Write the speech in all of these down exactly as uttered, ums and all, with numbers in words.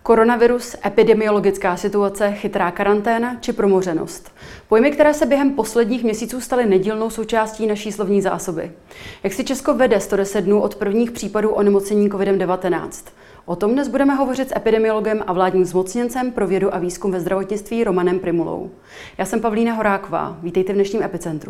Koronavirus, epidemiologická situace, chytrá karanténa či promořenost. Pojmy, které se během posledních měsíců staly nedílnou součástí naší slovní zásoby. Jak si Česko vede sto deset dnů od prvních případů onemocnění covidem devatenáct? O tom dnes budeme hovořit s epidemiologem a vládním zmocněncem pro vědu a výzkum ve zdravotnictví Romanem Prymulou. Já jsem Pavlína Horáková. Vítejte v dnešním Epicentru.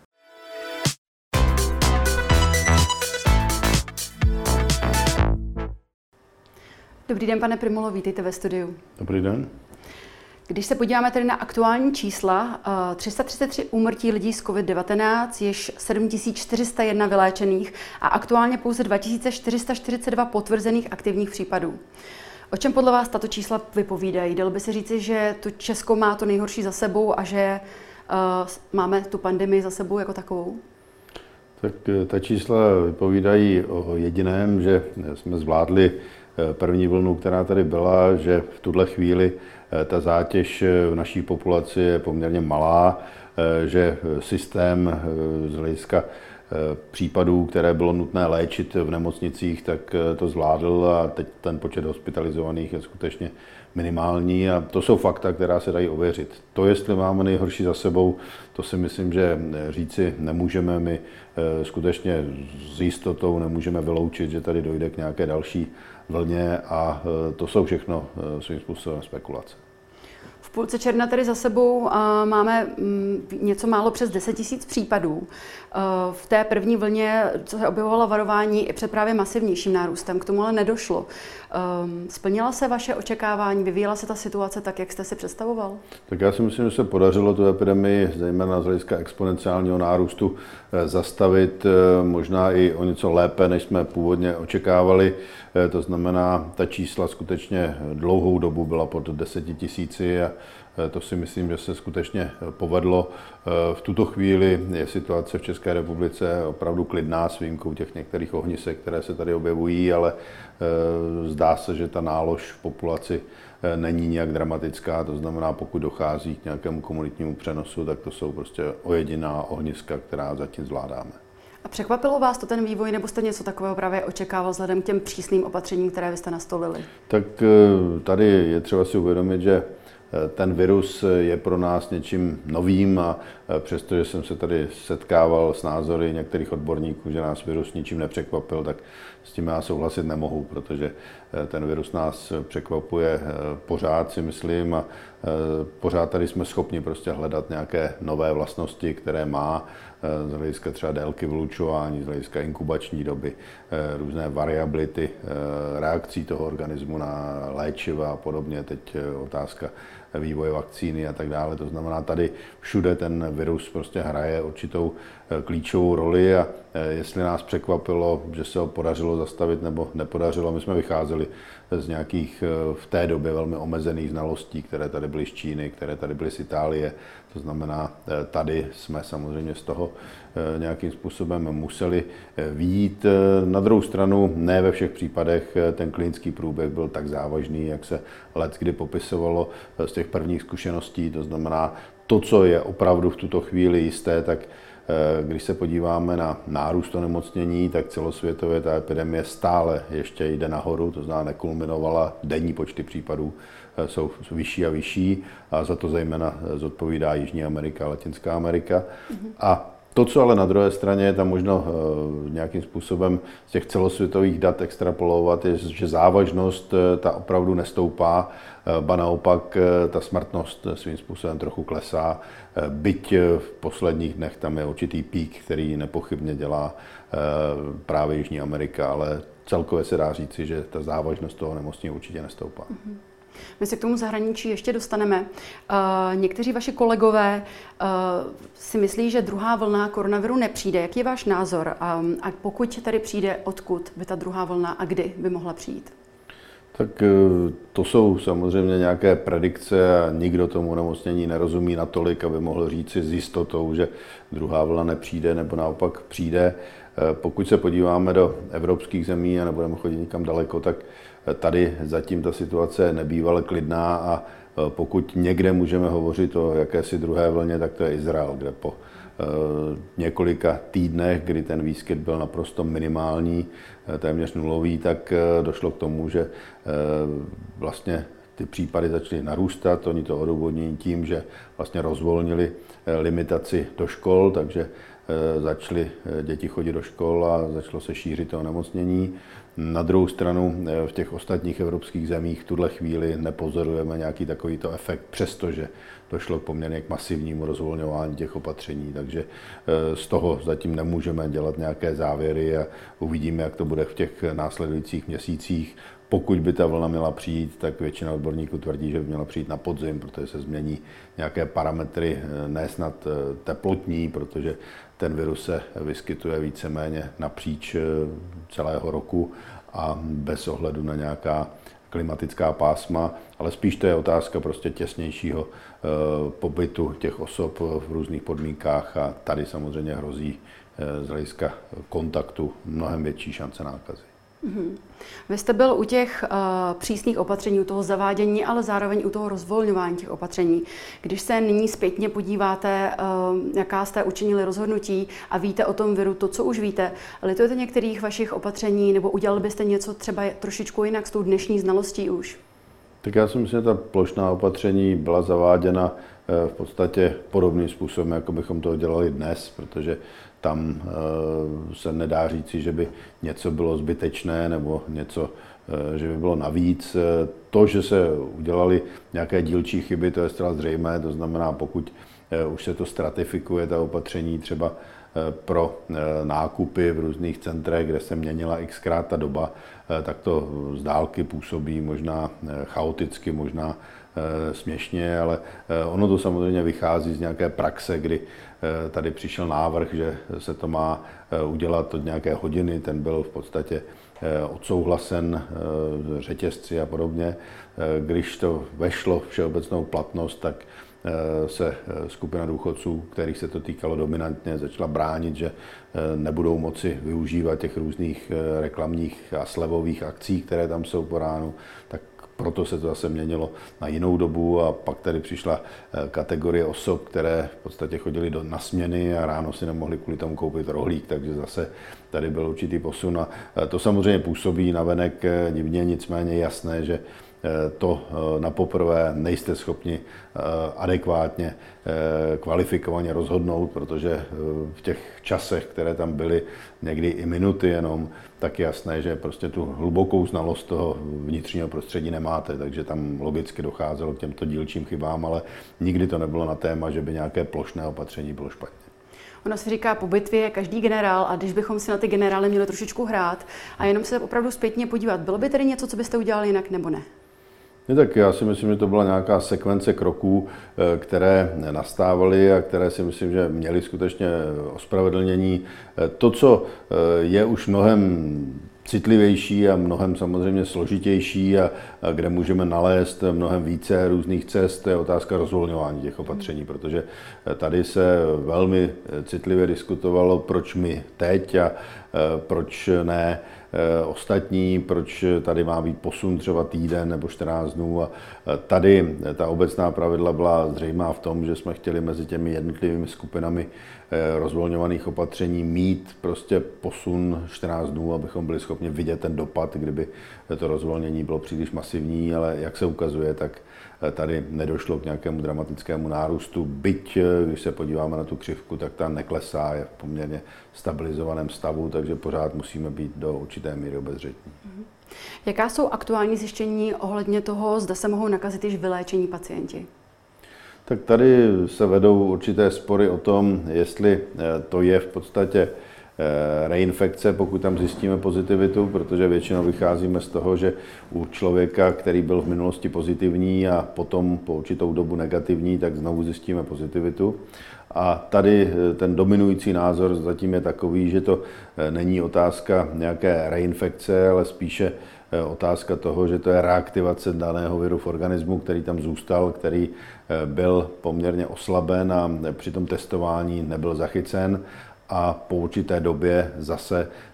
Dobrý den, pane Prymulo, vítejte ve studiu. Dobrý den. Když se podíváme tedy na aktuální čísla, tři sta třicet tři úmrtí lidí z covid devatenáct, již sedm tisíc čtyři sta jedna vyléčených a aktuálně pouze dva tisíce čtyři sta čtyřicet dva potvrzených aktivních případů. O čem podle vás tato čísla vypovídají? Dalo by se říci, že tu Česko má to nejhorší za sebou a že uh, máme tu pandemii za sebou jako takovou? Tak ta čísla vypovídají o jediném, že jsme zvládli první vlnu, která tady byla, že v tuhle chvíli ta zátěž v naší populaci je poměrně malá, že systém z hlediska případů, které bylo nutné léčit v nemocnicích, tak to zvládl a teď ten počet hospitalizovaných je skutečně minimální a to jsou fakta, která se dají ověřit. To, jestli máme nejhorší za sebou, to si myslím, že říci nemůžeme. My skutečně s jistotou nemůžeme vyloučit, že tady dojde k nějaké další vlně a to jsou všechno svým způsobem spekulace. V půlce června tedy za sebou uh, máme um, něco málo přes deset tisíc případů. Uh, v té první vlně, co se objevovalo varování i před právě masivnějším nárůstem, k tomu ale nedošlo. Um, splnila se vaše očekávání? Vyvíjela se ta situace tak, jak jste si představoval? Tak já si myslím, že se podařilo tu epidemii, zejména z hlediska exponenciálního nárůstu, zastavit možná i o něco lépe, než jsme původně očekávali. To znamená, ta čísla skutečně dlouhou dobu byla pod deseti tisíci a to si myslím, že se skutečně povedlo. V tuto chvíli je situace v České republice opravdu klidná s výjimkou těch některých ohnisek, které se tady objevují, ale zdá se, že ta nálož v populaci není nějak dramatická. To znamená, pokud dochází k nějakému komunitnímu přenosu, tak to jsou prostě ojediná ohniska, která zatím zvládáme. A překvapilo vás to ten vývoj, nebo jste něco takového právě očekával vzhledem k těm přísným opatřením, které vy jste nastolili? Tak tady je třeba si uvědomit, že ten virus je pro nás něčím novým a přestože jsem se tady setkával s názory některých odborníků, že nás virus ničím nepřekvapil, tak s tím já souhlasit nemohu, protože ten virus nás překvapuje pořád, si myslím, a pořád tady jsme schopni prostě hledat nějaké nové vlastnosti, které má z hlediska třeba délky vylučování, z hlediska inkubační doby, různé variability reakcí toho organismu na léčiva a podobně. Teď otázka vývoje vakcíny a tak dále. To znamená, tady všude ten virus prostě hraje určitou klíčovou roli a jestli nás překvapilo, že se ho podařilo zastavit nebo nepodařilo, my jsme vycházeli z nějakých v té době velmi omezených znalostí, které tady byly z Číny, které tady byly z Itálie. To znamená, tady jsme samozřejmě z toho nějakým způsobem museli vyjít. Na druhou stranu, ne ve všech případech ten klinický průběh byl tak závažný, jak se leckdy popisovalo z těch prvních zkušeností. To znamená, to, co je opravdu v tuto chvíli jisté, tak když se podíváme na nárůst onemocnění, tak celosvětově ta epidemie stále ještě jde nahoru, to znamená nekulminovala, denní počty případů jsou vyšší a vyšší a za to zejména zodpovídá Jižní Amerika a Latinská Amerika. Mm-hmm. A to, co ale na druhé straně je tam možno nějakým způsobem z těch celosvětových dat extrapolovat, je, že závažnost ta opravdu nestoupá, ba naopak ta smrtnost svým způsobem trochu klesá, byť v posledních dnech tam je určitý pík, který nepochybně dělá právě Jižní Amerika, ale celkově se dá říci, že ta závažnost toho nemocnění určitě nestoupá. Mm-hmm. My se k tomu zahraničí ještě dostaneme. Uh, někteří vaši kolegové uh, si myslí, že druhá vlna koronaviru nepřijde. Jaký je váš názor? Um, a pokud tady přijde, odkud by ta druhá vlna a kdy by mohla přijít? Tak to jsou samozřejmě nějaké predikce a nikdo tomu onemocnění nerozumí natolik, aby mohl říci s jistotou, že druhá vlna nepřijde nebo naopak přijde. Pokud se podíváme do evropských zemí a nebudeme chodit nikam daleko, tak tady zatím ta situace nebývala klidná a pokud někde můžeme hovořit o jakési druhé vlně, tak to je Izrael, kde po několika týdnech, kdy ten výskyt byl naprosto minimální, téměř nulový, tak došlo k tomu, že vlastně ty případy začaly narůstat. Oni to odůvodní tím, že vlastně rozvolnili limitaci do škol, takže začaly děti chodit do škol a začalo se šířit to onemocnění. Na druhou stranu v těch ostatních evropských zemích v tuhle chvíli nepozorujeme nějaký takovýto efekt, přestože došlo poměrně k masivnímu rozvolňování těch opatření, takže z toho zatím nemůžeme dělat nějaké závěry a uvidíme, jak to bude v těch následujících měsících. Pokud by ta vlna měla přijít, tak většina odborníků tvrdí, že by měla přijít na podzim, protože se změní nějaké parametry, ne snad teplotní, protože ten virus se vyskytuje víceméně napříč celého roku a bez ohledu na nějaká klimatická pásma, ale spíš to je otázka prostě těsnějšího pobytu těch osob v různých podmínkách a tady samozřejmě hrozí z hlediska kontaktu mnohem větší šance nákazy. Mm-hmm. Vy jste byl u těch uh, přísných opatření, u toho zavádění, ale zároveň u toho rozvolňování těch opatření. Když se nyní zpětně podíváte, uh, jaká jste učinili rozhodnutí a víte o tom viru to, co už víte, litujete některých vašich opatření nebo udělali byste něco třeba trošičku jinak s tou dnešní znalostí už? Tak já si myslím, že ta plošná opatření byla zaváděna v podstatě podobným způsobem, jako bychom to dělali dnes, protože tam se nedá říci, že by něco bylo zbytečné nebo něco, že by bylo navíc. To, že se udělaly nějaké dílčí chyby, to je zcela zřejmé, to znamená, pokud už se to stratifikuje, ta opatření třeba pro nákupy v různých centrech, kde se měnila xkrát ta doba, tak to z dálky působí možná chaoticky, možná směšně, ale ono to samozřejmě vychází z nějaké praxe, kdy tady přišel návrh, že se to má udělat od nějaké hodiny, ten byl v podstatě odsouhlasen řetězci a podobně. Když to vešlo v všeobecnou platnost, tak se skupina důchodců, kterých se to týkalo dominantně, začala bránit, že nebudou moci využívat těch různých reklamních a slevových akcí, které tam jsou po ránu, tak proto se to zase měnilo na jinou dobu a pak tady přišla kategorie osob, které v podstatě chodily do, na směny a ráno si nemohli kvůli tomu koupit rohlík, takže zase tady byl určitý posun a to samozřejmě působí navenek divně, nicméně jasné, že to na poprvé nejste schopni adekvátně kvalifikovaně rozhodnout, protože v těch časech, které tam byly, někdy i minuty jenom, tak je jasné, že prostě tu hlubokou znalost toho vnitřního prostředí nemáte, takže tam logicky docházelo k těmto dílčím chybám, ale nikdy to nebylo na téma, že by nějaké plošné opatření bylo špatně. Ono se říká, po bitvě je každý generál a když bychom si na ty generály měli trošičku hrát a jenom se opravdu zpětně podívat, bylo by tedy něco, co byste udělali jinak nebo ne? No tak já si myslím, že to byla nějaká sekvence kroků, které nastávaly a které si myslím, že měly skutečně ospravedlnění. To, co je už mnohem citlivější a mnohem samozřejmě složitější a, a kde můžeme nalézt mnohem více různých cest, je otázka rozvolňování těch opatření, protože tady se velmi citlivě diskutovalo, proč my teď a proč ne ostatní, proč tady má být posun třeba týden nebo čtrnáct dnů. A tady ta obecná pravidla byla zřejmá v tom, že jsme chtěli mezi těmi jednotlivými skupinami rozvolňovaných opatření mít prostě posun čtrnáct dnů, abychom byli schopni vidět ten dopad, kdyby to rozvolnění bylo příliš masivní, ale jak se ukazuje, tak tady nedošlo k nějakému dramatickému nárůstu, byť když se podíváme na tu křivku, tak ta neklesá, je v poměrně stabilizovaném stavu, takže pořád musíme být do určité míry obezřetní. Jaká jsou aktuální zjištění ohledně toho, zda se mohou nakazit již vyléčení pacienti? Tak tady se vedou určité spory o tom, jestli to je v podstatě reinfekce, pokud tam zjistíme pozitivitu, protože většinou vycházíme z toho, že u člověka, který byl v minulosti pozitivní a potom po určitou dobu negativní, tak znovu zjistíme pozitivitu. A tady ten dominující názor zatím je takový, že to není otázka nějaké reinfekce, ale spíše otázka toho, že to je reaktivace daného viru v organismu, který tam zůstal, který byl poměrně oslaben a při tom testování nebyl zachycen a po určité době zase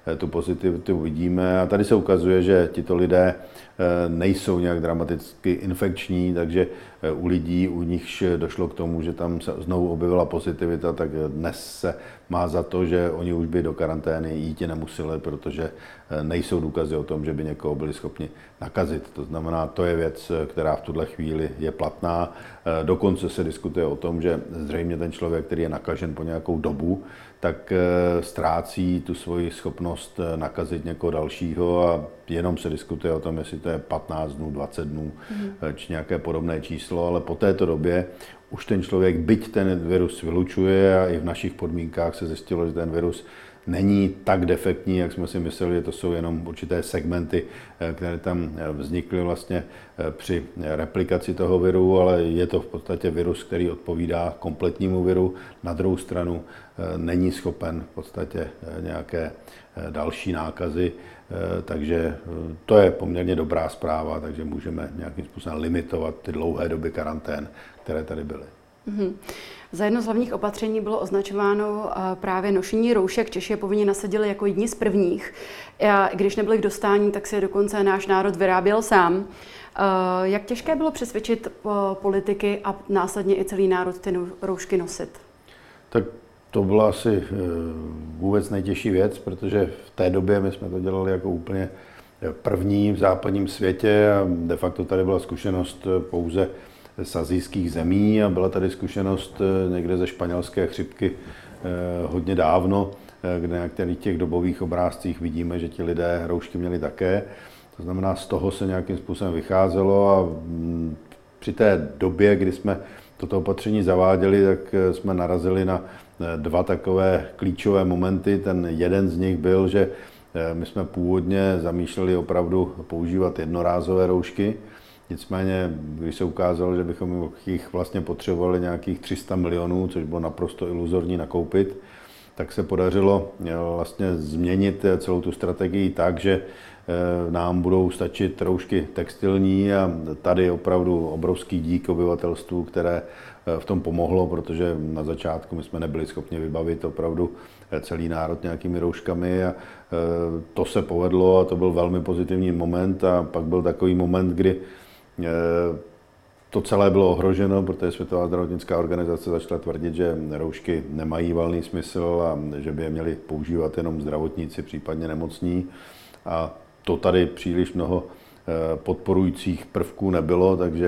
tu pozitivitu vidíme. A tady se ukazuje, že tito lidé nejsou nějak dramaticky infekční, takže u lidí, u nichž došlo k tomu, že tam se znovu objevila pozitivita, tak dnes se má za to, že oni už by do karantény jít nemuseli, protože nejsou důkazy o tom, že by někoho byli schopni nakazit. To znamená, to je věc, která v tuhle chvíli je platná. Dokonce se diskutuje o tom, že zřejmě ten člověk, který je nakažen po nějakou dobu, tak ztrácí tu svoji schopnost nakazit někoho dalšího a jenom se diskutuje o tom, jestli to je patnáct dnů, dvacet dnů, mm. či nějaké podobné číslo, ale po této době už ten člověk, byť ten virus vylučuje a i v našich podmínkách se zjistilo, že ten virus není tak defektní, jak jsme si mysleli, že to jsou jenom určité segmenty, které tam vznikly vlastně při replikaci toho viru, ale je to v podstatě virus, který odpovídá kompletnímu viru. Na druhou stranu není schopen v podstatě nějaké další nákazy, takže to je poměrně dobrá zpráva, takže můžeme nějakým způsobem limitovat ty dlouhé doby karantén, které tady byly. Mm-hmm. Za jedno z hlavních opatření bylo označováno právě nošení roušek. Češi je povinně nasadili jako jedni z prvních. A když nebyli k dostání, tak si je dokonce náš národ vyráběl sám. Jak těžké bylo přesvědčit politiky a následně i celý národ ty roušky nosit? Tak to byla asi vůbec nejtěžší věc, protože v té době my jsme to dělali jako úplně první v západním světě a de facto tady byla zkušenost pouze z asijských zemí a byla tady zkušenost někde ze španělské chřipky hodně dávno, kde na některých těch dobových obrázcích vidíme, že ti lidé roušky měli také. To znamená, z toho se nějakým způsobem vycházelo a při té době, kdy jsme toto opatření zaváděli, tak jsme narazili na dva takové klíčové momenty. Ten jeden z nich byl, že my jsme původně zamýšleli opravdu používat jednorázové roušky. Nicméně, když se ukázalo, že bychom jich vlastně potřebovali nějakých tři sta milionů, což bylo naprosto iluzorní nakoupit, tak se podařilo vlastně změnit celou tu strategii tak, že nám budou stačit roušky textilní a tady opravdu obrovský dík obyvatelstvu, které v tom pomohlo, protože na začátku my jsme nebyli schopni vybavit opravdu celý národ nějakými rouškami a to se povedlo a to byl velmi pozitivní moment a pak byl takový moment, kdy to celé bylo ohroženo, protože Světová zdravotnická organizace začala tvrdit, že roušky nemají valný smysl a že by je měli používat jenom zdravotníci, případně nemocní. A to tady příliš mnoho podporujících prvků nebylo, takže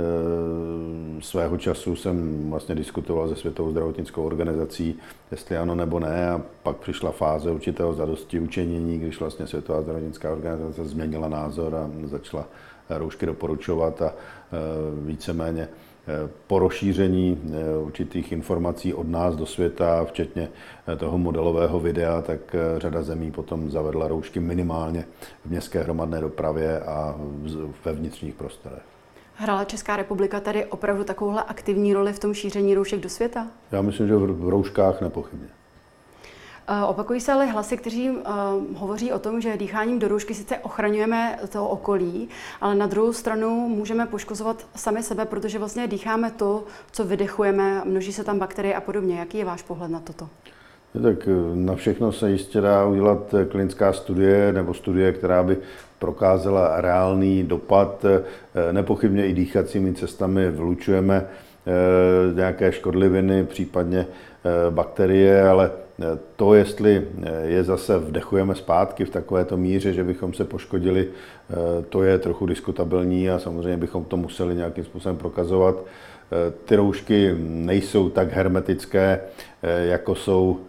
svého času jsem vlastně diskutoval se Světovou zdravotnickou organizací, jestli ano nebo ne, a pak přišla fáze určitého zadostiučinění, když vlastně Světová zdravotnická organizace změnila názor a začala roušky doporučovat a víceméně po rozšíření určitých informací od nás do světa, včetně toho modelového videa, tak řada zemí potom zavedla roušky minimálně v městské hromadné dopravě a ve vnitřních prostorech. Hrála Česká republika tady opravdu takovouhle aktivní roli v tom šíření roušek do světa? Já myslím, že v rouškách nepochybně. Opakují se ale hlasy, kteří uh, hovoří o tom, že dýcháním do roušky sice ochraňujeme to okolí, ale na druhou stranu můžeme poškozovat sami sebe, protože vlastně dýcháme to, co vydechujeme, množí se tam bakterie a podobně. Jaký je váš pohled na toto? Tak na všechno se jistě dá udělat klinická studie nebo studie, která by prokázala reálný dopad. Nepochybně i dýchacími cestami vylučujeme nějaké škodliviny, případně bakterie, ale to, jestli je zase vdechujeme zpátky v takovéto míře, že bychom se poškodili, to je trochu diskutabilní a samozřejmě bychom to museli nějakým způsobem prokazovat. Ty roušky nejsou tak hermetické, jako jsou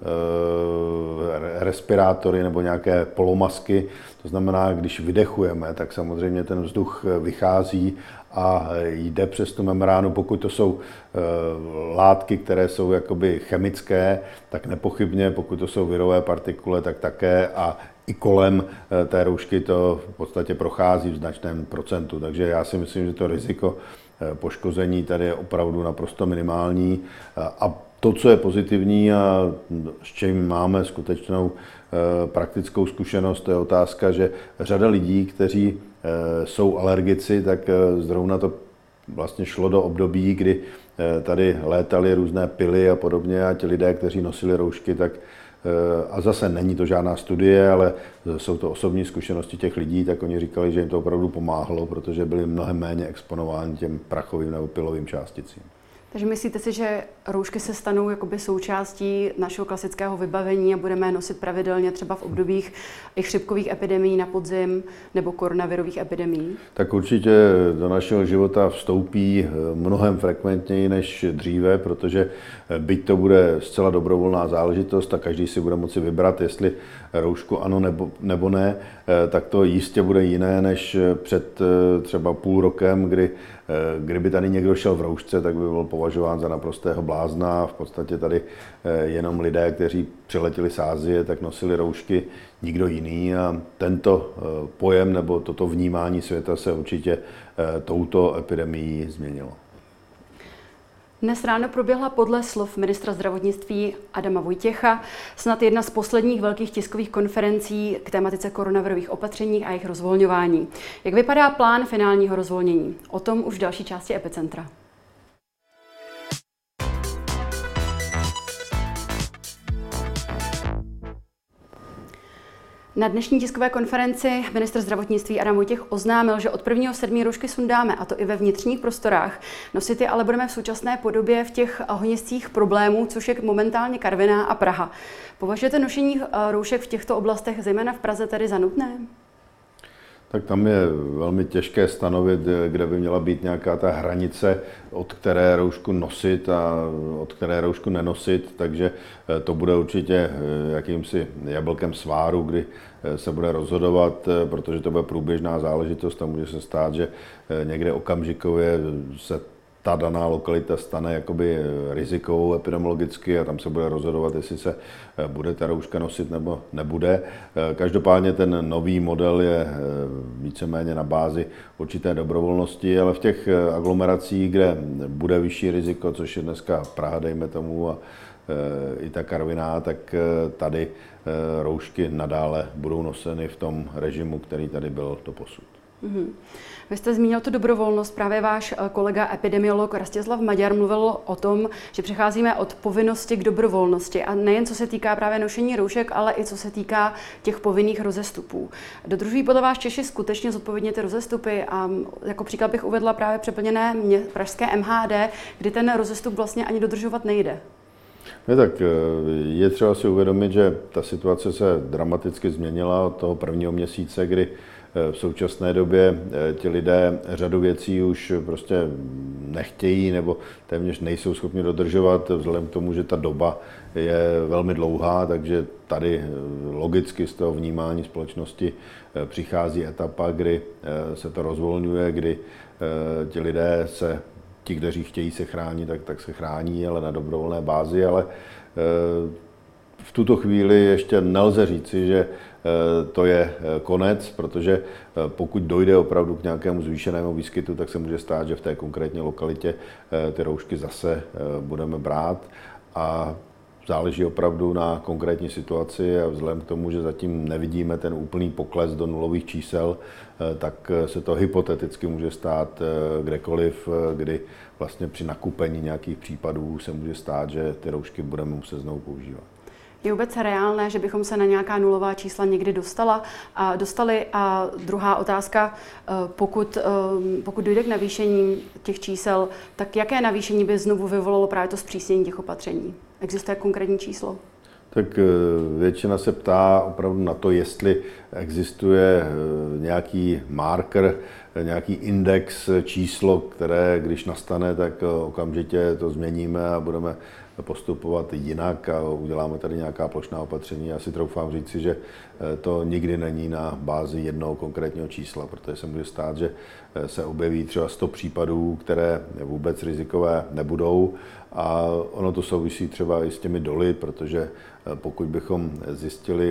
respirátory nebo nějaké polomasky. To znamená, když vydechujeme, tak samozřejmě ten vzduch vychází a jde přes tu membránu. Pokud to jsou látky, které jsou jakoby chemické, tak nepochybně, pokud to jsou virové partikule, tak také a i kolem té roušky to v podstatě prochází v značném procentu. Takže já si myslím, že to riziko poškození tady je opravdu naprosto minimální. A to, co je pozitivní a s čím máme skutečnou praktickou zkušenost, to je otázka, že řada lidí, kteří jsou alergici, tak zrovna to vlastně šlo do období, kdy tady létaly různé pily a podobně a ti lidé, kteří nosili roušky, tak a zase není to žádná studie, ale jsou to osobní zkušenosti těch lidí, tak oni říkali, že jim to opravdu pomáhalo, protože byli mnohem méně exponováni těm prachovým nebo pilovým částicím. Takže myslíte si, že roušky se stanou jakoby součástí našeho klasického vybavení a budeme je nosit pravidelně třeba v obdobích i chřipkových epidemií na podzim nebo koronavirových epidemií? Tak určitě do našeho života vstoupí mnohem frekventněji než dříve, protože byť to bude zcela dobrovolná záležitost a každý si bude moci vybrat, jestli roušku ano nebo, nebo ne, tak to jistě bude jiné než před třeba půl rokem, kdy kdyby tady někdo šel v roušce, tak by byl považován za naprostého blázna. V podstatě tady jenom lidé, kteří přiletěli z Asie, tak nosili roušky, nikdo jiný. A tento pojem nebo toto vnímání světa se určitě touto epidemií změnilo. Dnes ráno proběhla podle slov ministra zdravotnictví Adama Vojtěcha snad jedna z posledních velkých tiskových konferencí k tématice koronavirových opatření a jejich rozvolňování. Jak vypadá plán finálního rozvolnění? O tom už v další části Epicentra. Na dnešní tiskové konferenci ministr zdravotnictví Adam Vojtěch oznámil, že od prvního sedmého roušky sundáme, a to i ve vnitřních prostorách. Nosit je ale budeme v současné podobě v těch ohniscích problémů, což je momentálně Karviná a Praha. Považujete nošení roušek v těchto oblastech, zejména v Praze, tedy za nutné? Tak tam je velmi těžké stanovit, kde by měla být nějaká ta hranice, od které roušku nosit a od které roušku nenosit, takže to bude určitě jakýmsi jablkem sváru, kdy se bude rozhodovat, protože to bude průběžná záležitost a může se stát, že někde okamžikově se ta daná lokalita stane jakoby rizikovou epidemiologicky a tam se bude rozhodovat, jestli se bude ta rouška nosit nebo nebude. Každopádně ten nový model je víceméně na bázi určité dobrovolnosti, ale v těch aglomeracích, kde bude vyšší riziko, což je dneska Praha, dejme tomu, a i ta Karviná, tak tady roušky nadále budou noseny v tom režimu, který tady byl doposud. Mm-hmm. Vy jste zmínil tu dobrovolnost, právě váš kolega epidemiolog Rastislav Maďar mluvil o tom, že přecházíme od povinnosti k dobrovolnosti a nejen co se týká právě nošení roušek, ale i co se týká těch povinných rozestupů. Dodržují podle vás Češi skutečně zodpovědně ty rozestupy a jako příklad bych uvedla právě přeplněné pražské M H D, kdy ten rozestup vlastně ani dodržovat nejde. Ne, tak je třeba si uvědomit, že ta situace se dramaticky změnila od toho prvního měsíce, kdy v současné době ti lidé řadu věcí už prostě nechtějí nebo téměř nejsou schopni dodržovat vzhledem k tomu, že ta doba je velmi dlouhá, takže tady logicky z toho vnímání společnosti přichází etapa, kdy se to rozvolňuje, kdy ti lidé se, ti, kteří chtějí se chránit, tak, tak se chrání, ale na dobrovolné bázi, ale v tuto chvíli ještě nelze říci, že to je konec, protože pokud dojde opravdu k nějakému zvýšenému výskytu, tak se může stát, že v té konkrétní lokalitě ty roušky zase budeme brát a záleží opravdu na konkrétní situaci a vzhledem k tomu, že zatím nevidíme ten úplný pokles do nulových čísel, tak se to hypoteticky může stát kdekoliv, kdy vlastně při nakupení nějakých případů se může stát, že ty roušky budeme muset znovu používat. Je vůbec reálné, že bychom se na nějaká nulová čísla někdy dostala a dostali? A druhá otázka, pokud, pokud dojde k navýšení těch čísel, tak jaké navýšení by znovu vyvolalo právě to zpřísnění těch opatření? Existuje konkrétní číslo? Tak většina se ptá opravdu na to, jestli existuje nějaký marker, nějaký index, číslo, které když nastane, tak okamžitě to změníme a budeme postupovat jinak a uděláme tady nějaká plošná opatření. Já si troufám říci, že to nikdy není na bázi jednoho konkrétního čísla, protože se může stát, že se objeví třeba sto případů, které vůbec rizikové nebudou a ono to souvisí třeba i s těmi doly, protože pokud bychom zjistili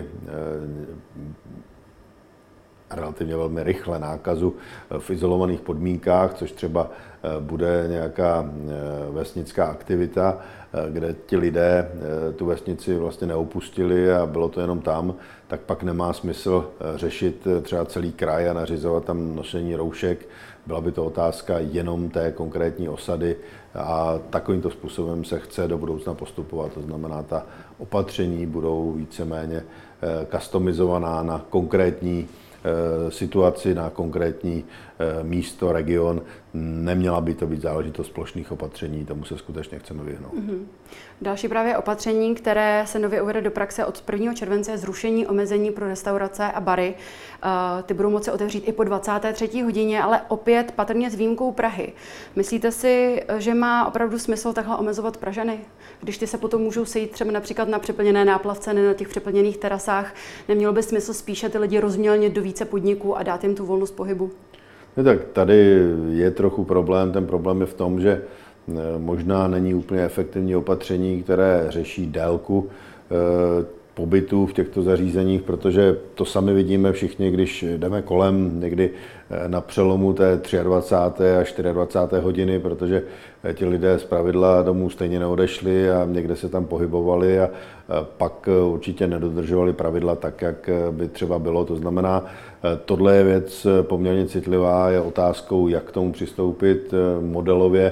relativně velmi rychle nákazu v izolovaných podmínkách, což třeba bude nějaká vesnická aktivita, kde ti lidé tu vesnici vlastně neopustili a bylo to jenom tam, tak pak nemá smysl řešit třeba celý kraj a nařizovat tam nošení roušek, Byla by to otázka jenom té konkrétní osady a takovýmto způsobem se chce do budoucna postupovat. To znamená, ta opatření budou víceméně customizovaná na konkrétní situaci, na konkrétní místo, region. Neměla by to být záležitost plošných opatření, tomu se skutečně chceme vyhnout. Mm-hmm. Další právě opatření, které se nově uvede do praxe od prvního července, je zrušení omezení pro restaurace a bary. Ty budou moci otevřít i po dvacáté třetí hodině, ale opět patrně s výjimkou Prahy. Myslíte si, že má opravdu smysl takhle omezovat Pražany? Když ty se potom můžou sejít třeba například na přeplněné náplavce, ne na těch přeplněných terasách, nemělo by smysl spíše ty lidi rozmělnit do více podniků a dát jim tu volnost pohybu? No tak tady je trochu problém. Ten problém je v tom, že možná není úplně efektivní opatření, které řeší délku pobytu v těchto zařízeních, protože to sami vidíme všichni, když jdeme kolem někdy na přelomu té dvacáté třetí a dvacáté čtvrté hodiny, protože ti lidé zpravidla domů stejně neodešli a někde se tam pohybovali a pak určitě nedodržovali pravidla tak, jak by třeba bylo. To znamená, tohle je věc poměrně citlivá, je otázkou, jak k tomu přistoupit modelově.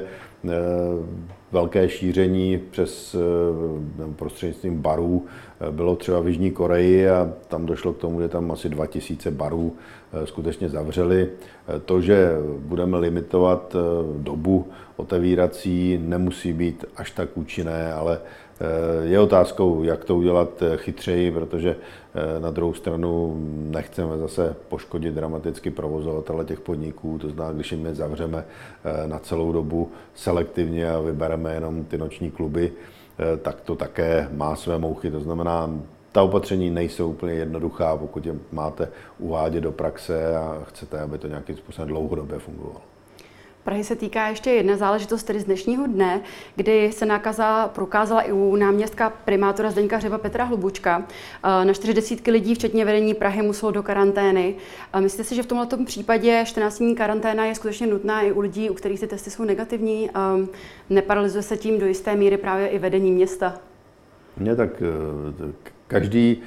Velké šíření přes prostřednictvím barů bylo třeba v Jižní Koreji a tam došlo k tomu, že tam asi dva tisíce barů skutečně zavřeli. To, že budeme limitovat dobu otevírací, nemusí být až tak účinné, ale je otázkou, jak to udělat chytřeji, protože na druhou stranu nechceme zase poškodit dramaticky provozovatele těch podniků. To znamená, když jim je zavřeme na celou dobu selektivně a vybereme jenom ty noční kluby, tak to také má své mouchy. To znamená, ta opatření nejsou úplně jednoduchá, pokud je máte uvádět do praxe a chcete, aby to nějakým způsobem dlouhodobě fungovalo. Prahy se týká ještě jedna záležitost, tedy z dnešního dne, kdy se nákaza prokázala i u náměstka primátora Zdeňka Hřiba Petra Hlubučka. Na čtyři desítky lidí, včetně vedení Prahy, muselo do karantény. Myslíte si, že v tomto případě čtrnáctidní karanténa je skutečně nutná i u lidí, u kterých ty testy jsou negativní? Neparalyzuje se tím do jisté míry právě i vedení města? Ne, tak každý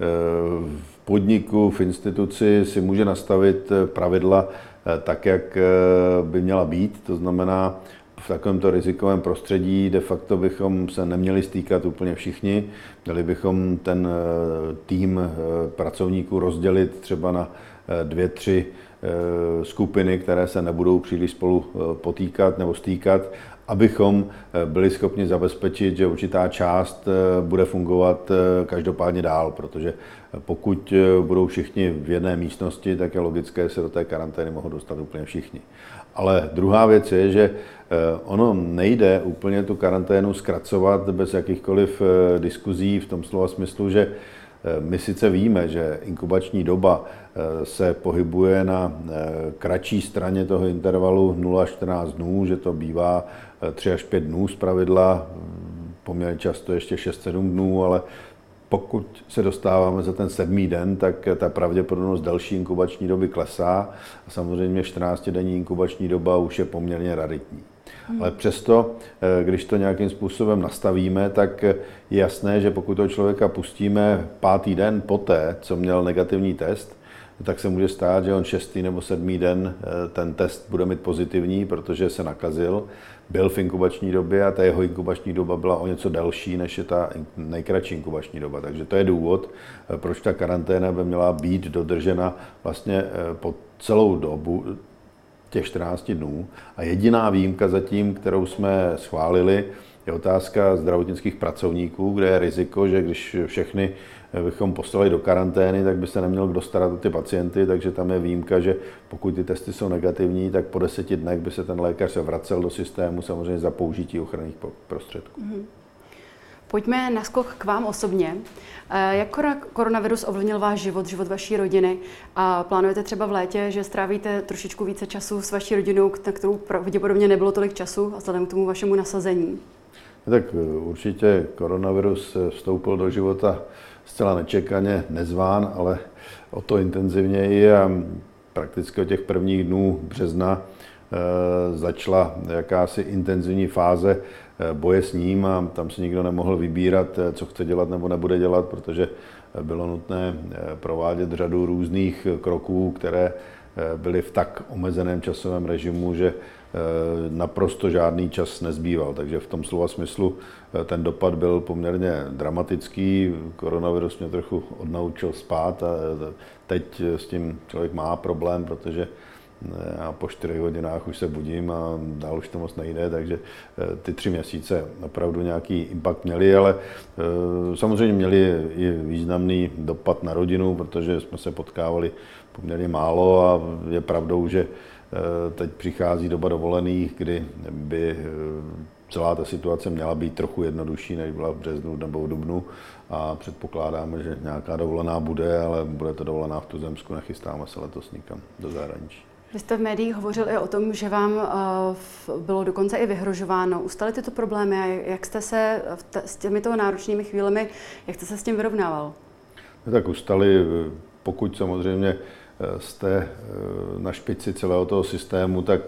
v podniku, v instituci si může nastavit pravidla tak, jak by měla být. To znamená, v takovémto rizikovém prostředí de facto bychom se neměli stýkat úplně všichni. Měli bychom ten tým pracovníků rozdělit třeba na dvě, tři skupiny, které se nebudou příliš spolu potýkat nebo stýkat, abychom byli schopni zabezpečit, že určitá část bude fungovat každopádně dál, protože pokud budou všichni v jedné místnosti, tak je logické, že se do té karantény mohou dostat úplně všichni. Ale druhá věc je, že ono nejde úplně tu karanténu zkracovat bez jakýchkoliv diskuzí v tom slova smyslu, že my sice víme, že inkubační doba se pohybuje na kratší straně toho intervalu nula až čtrnáct dnů, že to bývá tři až pět dnů zpravidla, poměrně často ještě šest sedm dnů, ale pokud se dostáváme za ten sedmý den, tak ta pravděpodobnost další inkubační doby klesá a samozřejmě čtrnáctidenní inkubační doba už je poměrně raritní. Hmm. Ale přesto, když to nějakým způsobem nastavíme, tak je jasné, že pokud toho člověka pustíme pátý den poté, co měl negativní test, tak se může stát, že on šestý nebo sedmý den ten test bude mít pozitivní, protože se nakazil, byl v inkubační době a ta jeho inkubační doba byla o něco delší, než je ta nejkratší inkubační doba. Takže to je důvod, proč ta karanténa by měla být dodržena vlastně po celou dobu těch čtrnácti dnů. A jediná výjimka zatím, kterou jsme schválili, je otázka zdravotnických pracovníků, kde je riziko, že když všechny bychom poslali do karantény, tak by se neměl kdo starat o ty pacienty, takže tam je výjimka, že pokud ty testy jsou negativní, tak po deseti dnech by se ten lékař vracel do systému, samozřejmě za použití ochranných prostředků. Mm-hmm. Pojďme na skok k vám osobně. Jak koronavirus ovlivnil váš život, život vaší rodiny? A plánujete třeba v létě, že strávíte trošičku více času s vaší rodinou, na kterou pravděpodobně nebylo tolik času a vzhledem k tomu vašemu nasazení? Tak určitě koronavirus vstoupil do života zcela nečekaně, nezván, ale o to intenzivněji a prakticky od těch prvních dnů března začala jakási intenzivní fáze boje s ním a tam si nikdo nemohl vybírat, co chce dělat nebo nebude dělat, protože bylo nutné provádět řadu různých kroků, které byly v tak omezeném časovém režimu, že naprosto žádný čas nezbýval. Takže v tom slova smyslu ten dopad byl poměrně dramatický. Koronavirus mě trochu odnaučil spát a teď s tím člověk má problém, protože já po čtyřech hodinách už se budím a dál už to moc nejde, takže ty tři měsíce opravdu nějaký impact měly, ale samozřejmě měly i významný dopad na rodinu, protože jsme se potkávali poměrně málo a je pravdou, že teď přichází doba dovolených, kdy by celá ta situace měla být trochu jednodušší, než byla v březnu nebo v dubnu a předpokládáme, že nějaká dovolená bude, ale bude to dovolená v tuzemsku, nechystáme se letos nikam do zahraničí. Vy jste v médiích hovořil i o tom, že vám bylo dokonce i vyhrožováno. Ustaly tyto problémy a jak jste se s těmito náročnými chvílemi, jak jste se s tím vyrovnával? No tak ustaly, pokud samozřejmě jste na špici celého toho systému, tak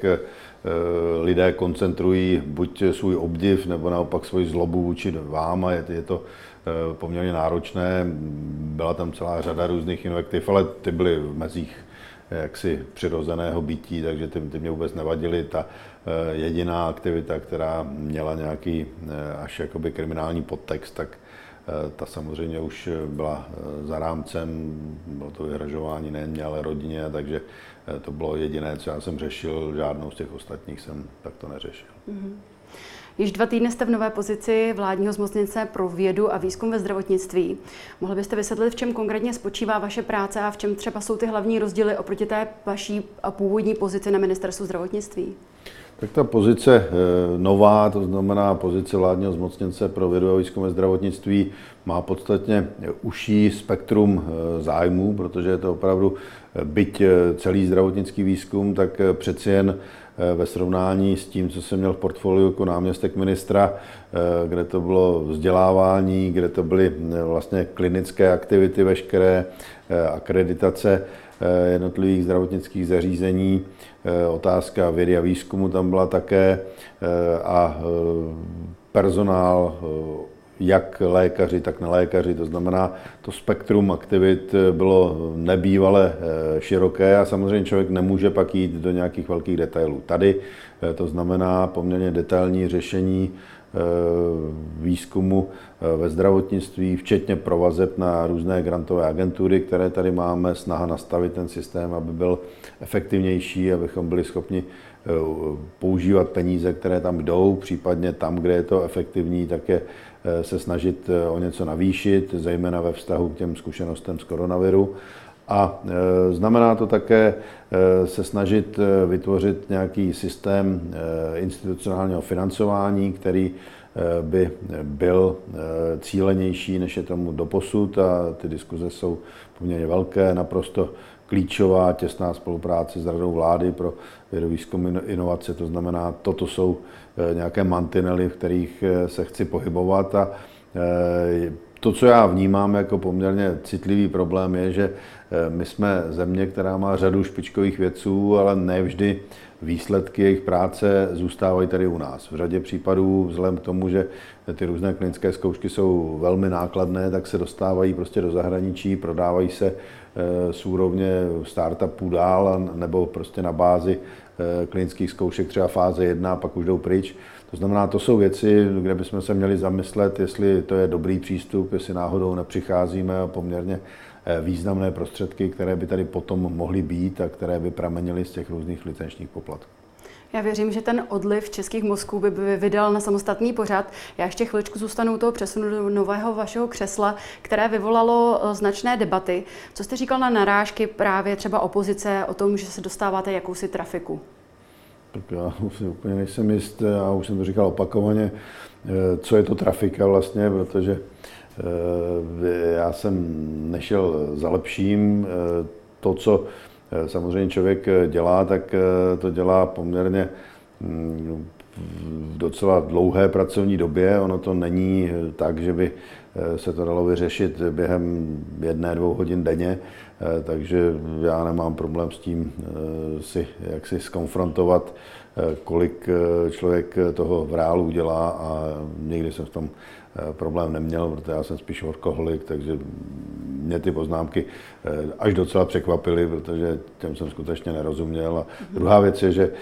lidé koncentrují buď svůj obdiv, nebo naopak svoji zlobu vůči vám a je, je to poměrně náročné. Byla tam celá řada různých invektiv, ale ty byly v mezích jaksi přirozeného bytí, takže ty, ty mě vůbec nevadily. Ta jediná aktivita, která měla nějaký až jakoby kriminální podtext, tak ta samozřejmě už byla za rámcem, bylo to vyhrožování nejen mě, ale rodině, takže to bylo jediné, co já jsem řešil, žádnou z těch ostatních jsem takto neřešil. Mm-hmm. Již dva týdny jste v nové pozici vládního zmocněnce pro vědu a výzkum ve zdravotnictví. Mohli byste vysvětlit, v čem konkrétně spočívá vaše práce a v čem třeba jsou ty hlavní rozdíly oproti té vaší původní pozici na ministerstvu zdravotnictví? Tak ta pozice nová, to znamená pozice vládního zmocněnce pro vědu a výzkum ve zdravotnictví, má podstatně užší spektrum zájmů, protože je to opravdu, byť celý zdravotnický výzkum, tak přeci jen ve srovnání s tím, co jsem měl v portfoliu jako náměstek ministra, kde to bylo vzdělávání, kde to byly vlastně klinické aktivity veškeré, akreditace jednotlivých zdravotnických zařízení, otázka vědy a výzkumu tam byla také a personál, jak lékaři, tak nelékaři, to znamená, to spektrum aktivit bylo nebývale široké a samozřejmě člověk nemůže pak jít do nějakých velkých detailů. Tady to znamená poměrně detailní řešení výzkumu ve zdravotnictví, včetně provazeb na různé grantové agentury, které tady máme, snaha nastavit ten systém, aby byl efektivnější, abychom byli schopni používat peníze, které tam jdou, případně tam, kde je to efektivní, tak je se snažit o něco navýšit, zejména ve vztahu k těm zkušenostem z koronaviru. A znamená to také se snažit vytvořit nějaký systém institucionálního financování, který by byl cílenější, než je tomu doposud, a ty diskuze jsou poměrně velké, naprosto klíčová těsná spolupráce s Radou vlády pro vědu, výzkum, inovace, to znamená, toto jsou nějaké mantinely, v kterých se chci pohybovat a to, co já vnímám jako poměrně citlivý problém, je, že my jsme země, která má řadu špičkových vědců, ale ne vždy výsledky jejich práce zůstávají tady u nás. V řadě případů, vzhledem k tomu, že ty různé klinické zkoušky jsou velmi nákladné, tak se dostávají prostě do zahraničí, prodávají se z úrovně startupů dál, nebo prostě na bázi klinických zkoušek třeba fáze jedna a pak už jdou pryč. To znamená, to jsou věci, kde bychom se měli zamyslet, jestli to je dobrý přístup, jestli náhodou nepřicházíme o poměrně významné prostředky, které by tady potom mohly být a které by pramenily z těch různých licenčních poplatků. Já věřím, že ten odliv českých mozků by, by vydal na samostatný pořad. Já ještě chviličku zůstanu u toho přesunu do nového vašeho křesla, které vyvolalo značné debaty. Co jste říkal na narážky právě třeba opozice o tom, že se dostáváte jakousi trafiku? Tak já si úplně nejsem jist, já už jsem to říkal opakovaně, co je to trafika vlastně, protože já jsem nešel za lepším. To, co samozřejmě člověk dělá, tak to dělá poměrně v docela dlouhé pracovní době. Ono to není tak, že by se to dalo vyřešit během jedné, dvou hodin denně, takže já nemám problém s tím si jaksi zkonfrontovat kolik člověk toho v reálu dělá a někdy jsem v tom problém neměl, protože já jsem spíš workoholik, takže mě ty poznámky až docela překvapily, protože těm jsem skutečně nerozuměl. A druhá věc je, že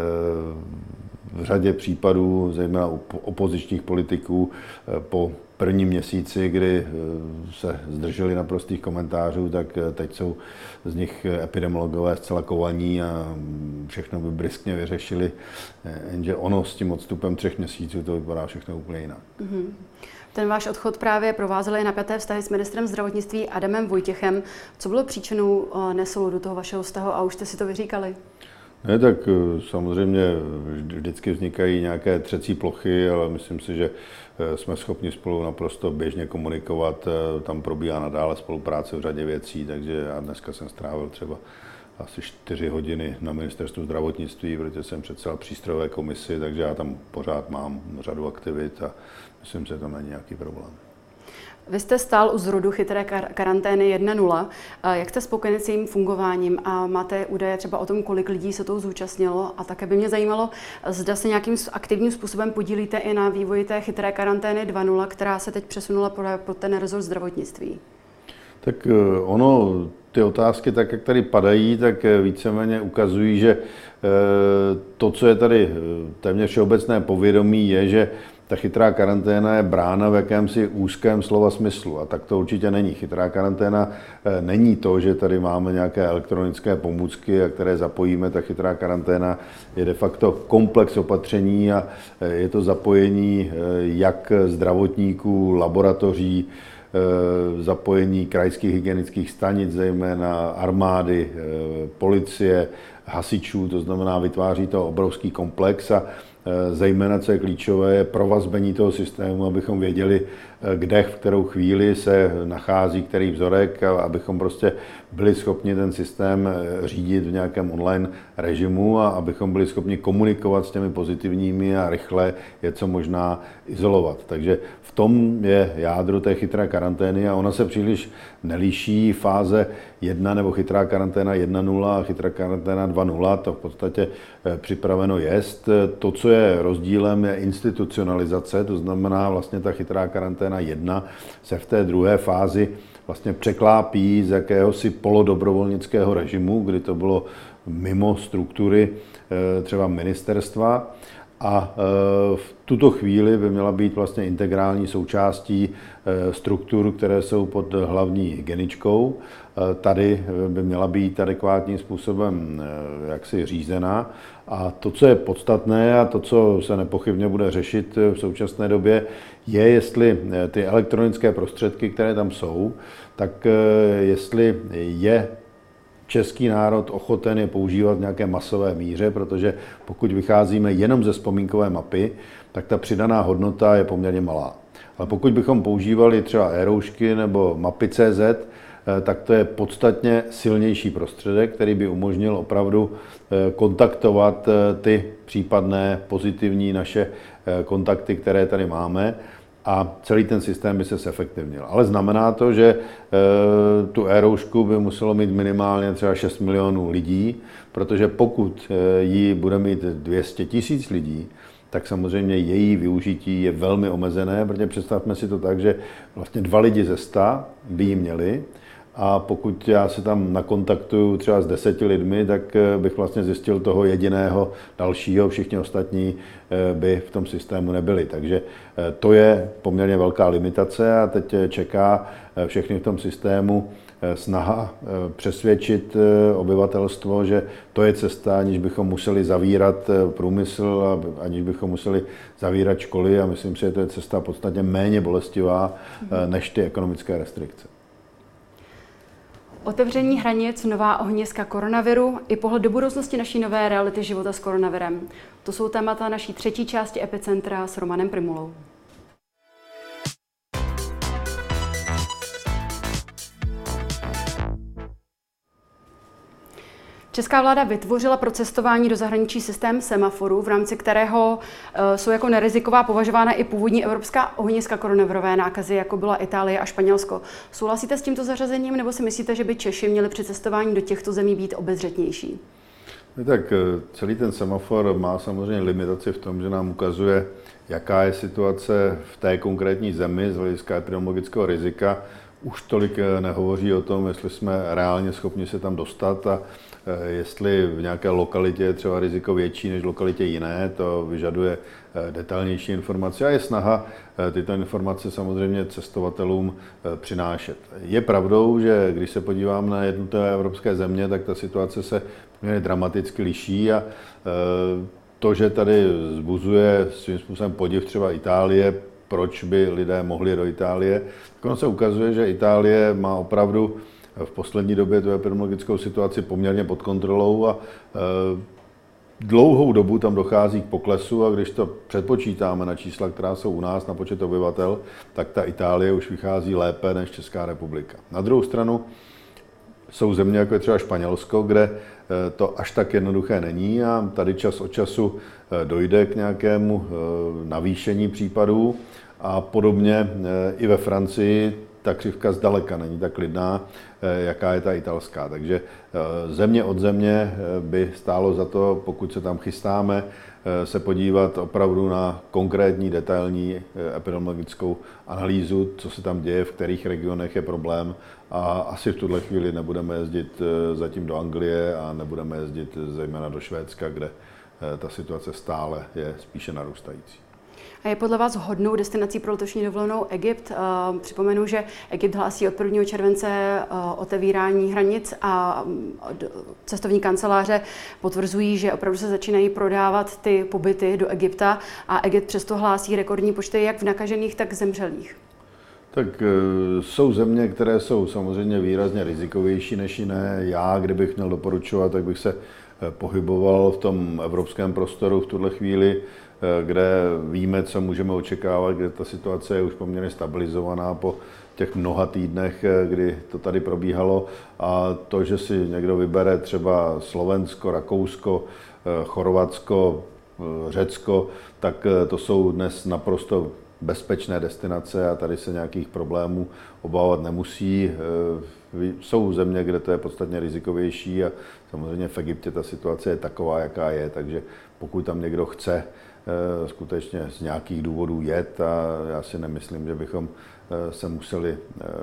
v řadě případů, zejména u opozičních politiků, po prvním měsíci, kdy se zdrželi naprostých komentářů, tak teď jsou z nich epidemiologové zcela kovaní a všechno by briskně vyřešili, jenže ono s tím odstupem třech měsíců to vypadá všechno úplně jinak. Mm-hmm. Ten váš odchod právě provázely napjaté vztahy s ministrem zdravotnictví Adamem Vojtěchem. Co bylo příčinou nesouladu toho vašeho vztahu a už jste si to vyříkali? Ne, tak samozřejmě vždycky vznikají nějaké třecí plochy, ale myslím si, že jsme schopni spolu naprosto běžně komunikovat. Tam probíhá nadále spolupráce v řadě věcí, takže já dneska jsem strávil třeba asi čtyři hodiny na ministerstvu zdravotnictví, protože jsem předsedal přístrojové komisi, takže já tam pořád mám řadu aktivit a myslím, že tam není nějaký problém. Vy jste stál u zrodu chytré karantény jedna nula. Jak jste spokojený s jejím fungováním a máte údaje třeba o tom, kolik lidí se toho zúčastnilo? A také by mě zajímalo, zda se nějakým aktivním způsobem podílíte i na vývoji té chytré karantény dva nula, která se teď přesunula pro ten rezort zdravotnictví. Tak ono, ty otázky, tak jak tady padají, tak víceméně ukazují, že to, co je tady téměř všeobecné povědomí, je, že ta chytrá karanténa je brána v jakémsi úzkém slova smyslu a tak to určitě není. Chytrá karanténa není to, že tady máme nějaké elektronické pomůcky, které zapojíme. Ta chytrá karanténa je de facto komplex opatření a je to zapojení jak zdravotníků, laboratoří, zapojení krajských hygienických stanic, zejména armády, policie, hasičů, to znamená vytváří to obrovský komplex a zejména, co je klíčové, je provazbení toho systému, abychom věděli, kde, v kterou chvíli se nachází který vzorek, a abychom prostě byli schopni ten systém řídit v nějakém online režimu a abychom byli schopni komunikovat s těmi pozitivními a rychle je co možná izolovat. Takže v tom je jádro té chytré karantény a ona se příliš nelíší fáze jedna nebo chytrá karanténa jedna nula a chytrá karanténa dva nula, to v podstatě připraveno jest. To, co je rozdílem, je institucionalizace, to znamená vlastně ta chytrá karanténa jedna se v té druhé fázi vlastně překlápí z jakéhosi polodobrovolnického režimu, kdy to bylo mimo struktury třeba ministerstva a v tuto chvíli by měla být vlastně integrální součástí struktur, které jsou pod hlavní hygieničkou. Tady by měla být adekvátním způsobem jaksi řízená. A to, co je podstatné a to, co se nepochybně bude řešit v současné době, je, jestli ty elektronické prostředky, které tam jsou, tak jestli je český národ ochoten je používat v nějaké masové míře, protože pokud vycházíme jenom ze vzpomínkové mapy, tak ta přidaná hodnota je poměrně malá. Ale pokud bychom používali třeba e-roušky nebo mapy tečka cé zet, tak to je podstatně silnější prostředek, který by umožnil opravdu kontaktovat ty případné pozitivní naše kontakty, které tady máme, a celý ten systém by se zefektivnil. Ale znamená to, že tu e-roušku by muselo mít minimálně třeba šest milionů lidí, protože pokud ji bude mít dvě stě tisíc lidí, tak samozřejmě její využití je velmi omezené, protože představme si to tak, že vlastně dva lidi ze sta by ji měli, a pokud já se tam nakontaktuju třeba s deseti lidmi, tak bych vlastně zjistil toho jediného dalšího, všichni ostatní by v tom systému nebyli. Takže to je poměrně velká limitace a teď čeká všechny v tom systému snaha přesvědčit obyvatelstvo, že to je cesta, aniž bychom museli zavírat průmysl, aniž bychom museli zavírat školy, a myslím si, že to je cesta podstatně méně bolestivá než ty ekonomické restrikce. Otevření hranic, nová ohniska koronaviru i pohled do budoucnosti naší nové reality života s koronavirem. To jsou témata naší třetí části Epicentra s Romanem Primulou. Česká vláda vytvořila pro cestování do zahraničí systém semaforu, v rámci kterého jsou jako neriziková považována i původní evropská ohniska koronavirové nákazy, jako byla Itálie a Španělsko. Souhlasíte s tímto zařazením, nebo si myslíte, že by Češi měli při cestování do těchto zemí být obezřetnější? Tak celý ten semafor má samozřejmě limitaci v tom, že nám ukazuje, jaká je situace v té konkrétní zemi z hlediska epidemiologického rizika. Už tolik nehovoří o tom, jestli jsme reálně schopni se tam dostat a jestli v nějaké lokalitě je třeba riziko větší než v lokalitě jiné. To vyžaduje detailnější informace a je snaha tyto informace samozřejmě cestovatelům přinášet. Je pravdou, že když se podívám na jednotlivé evropské země, tak ta situace se poměrně dramaticky liší a to, že tady vzbuzuje svým způsobem podiv třeba Itálie, proč by lidé mohli do Itálie, tak ono se ukazuje, že Itálie má opravdu v poslední době tu epidemiologickou situaci poměrně pod kontrolou a dlouhou dobu tam dochází k poklesu a když to předpočítáme na čísla, která jsou u nás na počet obyvatel, tak ta Itálie už vychází lépe než Česká republika. Na druhou stranu jsou země, jako je třeba Španělsko, kde to až tak jednoduché není a tady čas od času dojde k nějakému navýšení případů a podobně i ve Francii ta křivka zdaleka není tak klidná, jaká je ta italská. Takže země od země by stálo za to, pokud se tam chystáme, se podívat opravdu na konkrétní, detailní epidemiologickou analýzu, co se tam děje, v kterých regionech je problém a asi v tuhle chvíli nebudeme jezdit zatím do Anglie a nebudeme jezdit zejména do Švédska, kde ta situace stále je spíše narůstající. A je podle vás vhodnou destinací pro letošní dovolenou Egypt? Připomenu, že Egypt hlásí od prvního července otevírání hranic a cestovní kanceláře potvrzují, že opravdu se začínají prodávat ty pobyty do Egypta a Egypt přesto hlásí rekordní počty jak v nakažených, tak zemřelých. Tak jsou země, které jsou samozřejmě výrazně rizikovější než jiné. Já, kdybych měl doporučovat, tak bych se pohyboval v tom evropském prostoru v tuhle chvíli, kde víme, co můžeme očekávat, kde ta situace je už poměrně stabilizovaná po těch mnoha týdnech, kdy to tady probíhalo. A to, že si někdo vybere třeba Slovensko, Rakousko, Chorvatsko, Řecko, tak to jsou dnes naprosto bezpečné destinace a tady se nějakých problémů obávat nemusí. Jsou země, kde to je podstatně rizikovější a samozřejmě v Egyptě ta situace je taková, jaká je, takže pokud tam někdo chce skutečně z nějakých důvodů jet a já si nemyslím, že bychom se museli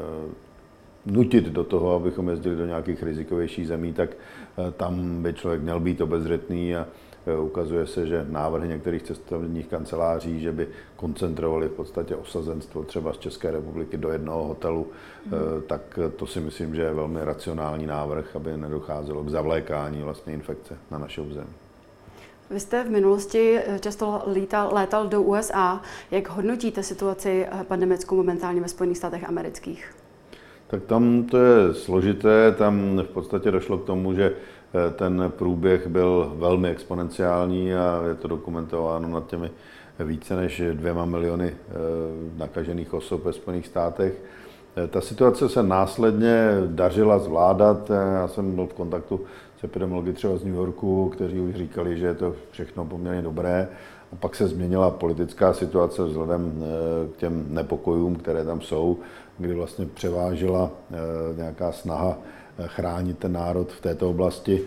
nutit do toho, abychom jezdili do nějakých rizikovějších zemí, tak tam by člověk měl být obezřetný a ukazuje se, že návrhy některých cestovních kanceláří, že by koncentrovali v podstatě osazenstvo třeba z České republiky do jednoho hotelu, mm. tak to si myslím, že je velmi racionální návrh, aby nedocházelo k zavlékání vlastně infekce na naše území. Vy jste v minulosti často létal, létal do U S A. Jak hodnotíte situaci pandemickou momentálně ve Spojených státech amerických? Tak tam to je složité, tam v podstatě došlo k tomu, že ten průběh byl velmi exponenciální a je to dokumentováno nad těmi více než dvěma miliony nakažených osob ve Spojených státech. Ta situace se následně dařila zvládat. Já jsem byl v kontaktu s epidemiology třeba z New Yorku, kteří už říkali, že je to všechno poměrně dobré. A pak se změnila politická situace vzhledem k těm nepokojům, které tam jsou, kdy vlastně převážila nějaká snaha chránit ten národ v této oblasti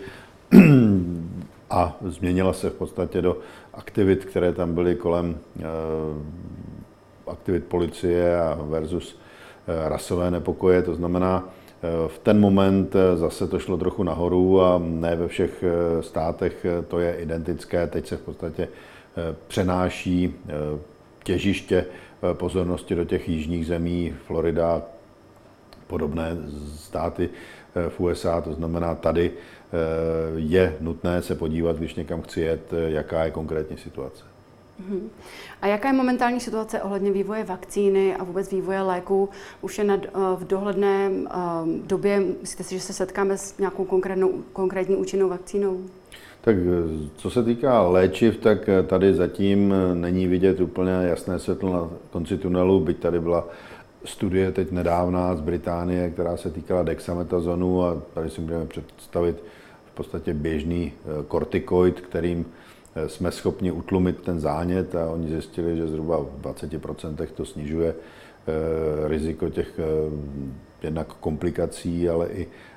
a změnila se v podstatě do aktivit, které tam byly kolem aktivit policie a versus rasové nepokoje. To znamená, v ten moment zase to šlo trochu nahoru a ne ve všech státech to je identické. Teď se v podstatě přenáší těžiště pozornosti do těch jižních zemí, Florida, podobné státy v U S A, to znamená, tady je nutné se podívat, když někam chci jet, jaká je konkrétní situace. A jaká je momentální situace ohledně vývoje vakcíny a vůbec vývoje léků? Už je nad, v dohledné době, myslíte si, že se setkáme s nějakou konkrétní účinnou vakcínou? Tak co se týká léčiv, tak tady zatím není vidět úplně jasné světlo na konci tunelu, byť tady byla studie teď nedávná z Británie, která se týkala dexametazonu a tady si můžeme představit v podstatě běžný kortikoid, kterým jsme schopni utlumit ten zánět a oni zjistili, že zhruba v dvaceti procentech to snižuje riziko těch jednak komplikací, ale i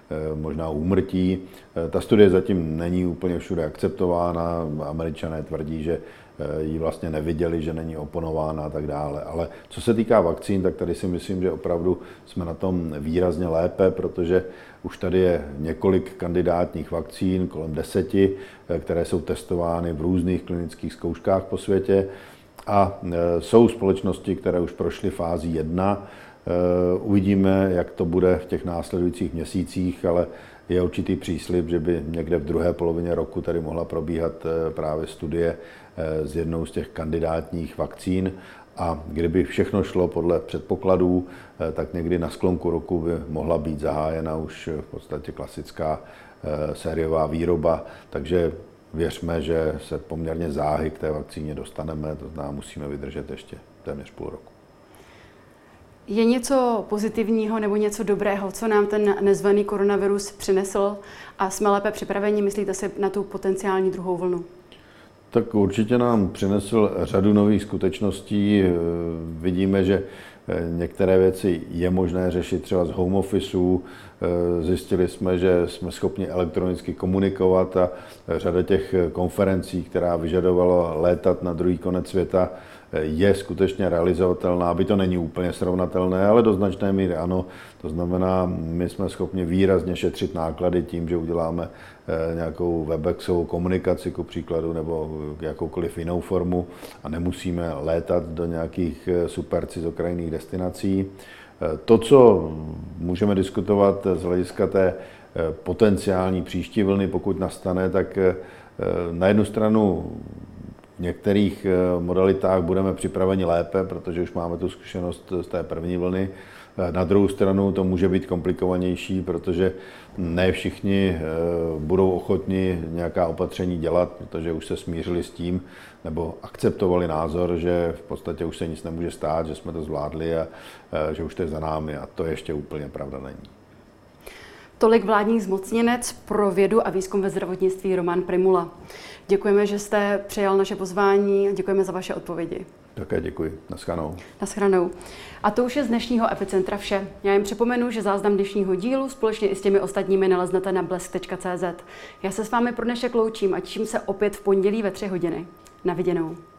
možná úmrtí. Ta studie zatím není úplně všude akceptována. Američané tvrdí, že ji vlastně neviděli, že není oponována a tak dále. Ale co se týká vakcín, tak tady si myslím, že opravdu jsme na tom výrazně lépe, protože už tady je několik kandidátních vakcín, kolem deseti, které jsou testovány v různých klinických zkouškách po světě. A jsou společnosti, které už prošly fází jedna. Uvidíme, jak to bude v těch následujících měsících, ale je určitý příslib, že by někde v druhé polovině roku tady mohla probíhat právě studie s jednou z těch kandidátních vakcín. A kdyby všechno šlo podle předpokladů, tak někdy na sklonku roku by mohla být zahájena už v podstatě klasická sériová výroba. Takže věřme, že se poměrně záhy k té vakcíně dostaneme, to znamená, musíme vydržet ještě téměř půl roku. Je něco pozitivního nebo něco dobrého, co nám ten nezvaný koronavirus přinesl a jsme lépe připraveni, myslíte si, na tu potenciální druhou vlnu? Tak určitě nám přinesl řadu nových skutečností. Vidíme, že některé věci je možné řešit třeba z home officeu. Zjistili jsme, že jsme schopni elektronicky komunikovat a řada těch konferencí, která vyžadovala létat na druhý konec světa, je skutečně realizovatelná, by to není úplně srovnatelné, ale do značné míry ano. To znamená, my jsme schopni výrazně šetřit náklady tím, že uděláme nějakou webexovou komunikaci, ku příkladu, nebo jakoukoliv jinou formu a nemusíme létat do nějakých superci z okrajných destinací. To, co můžeme diskutovat z hlediska té potenciální příští vlny, pokud nastane, tak na jednu stranu v některých modalitách budeme připraveni lépe, protože už máme tu zkušenost z té první vlny. Na druhou stranu to může být komplikovanější, protože ne všichni budou ochotni nějaká opatření dělat, protože už se smířili s tím, nebo akceptovali názor, že v podstatě už se nic nemůže stát, že jsme to zvládli a že už to je za námi. A to ještě úplně pravda není. Tolik vládní zmocněnec pro vědu a výzkum ve zdravotnictví Roman Prymula. Děkujeme, že jste přijal naše pozvání a děkujeme za vaše odpovědi. Také děkuji. Naschranou. Naschranou. A to už je z dnešního Epicentra vše. Já jen připomenu, že záznam dnešního dílu společně i s těmi ostatními naleznete na blesk tečka cé zet. Já se s vámi pro dnešek loučím a těším se opět v pondělí ve tři hodiny. Na viděnou.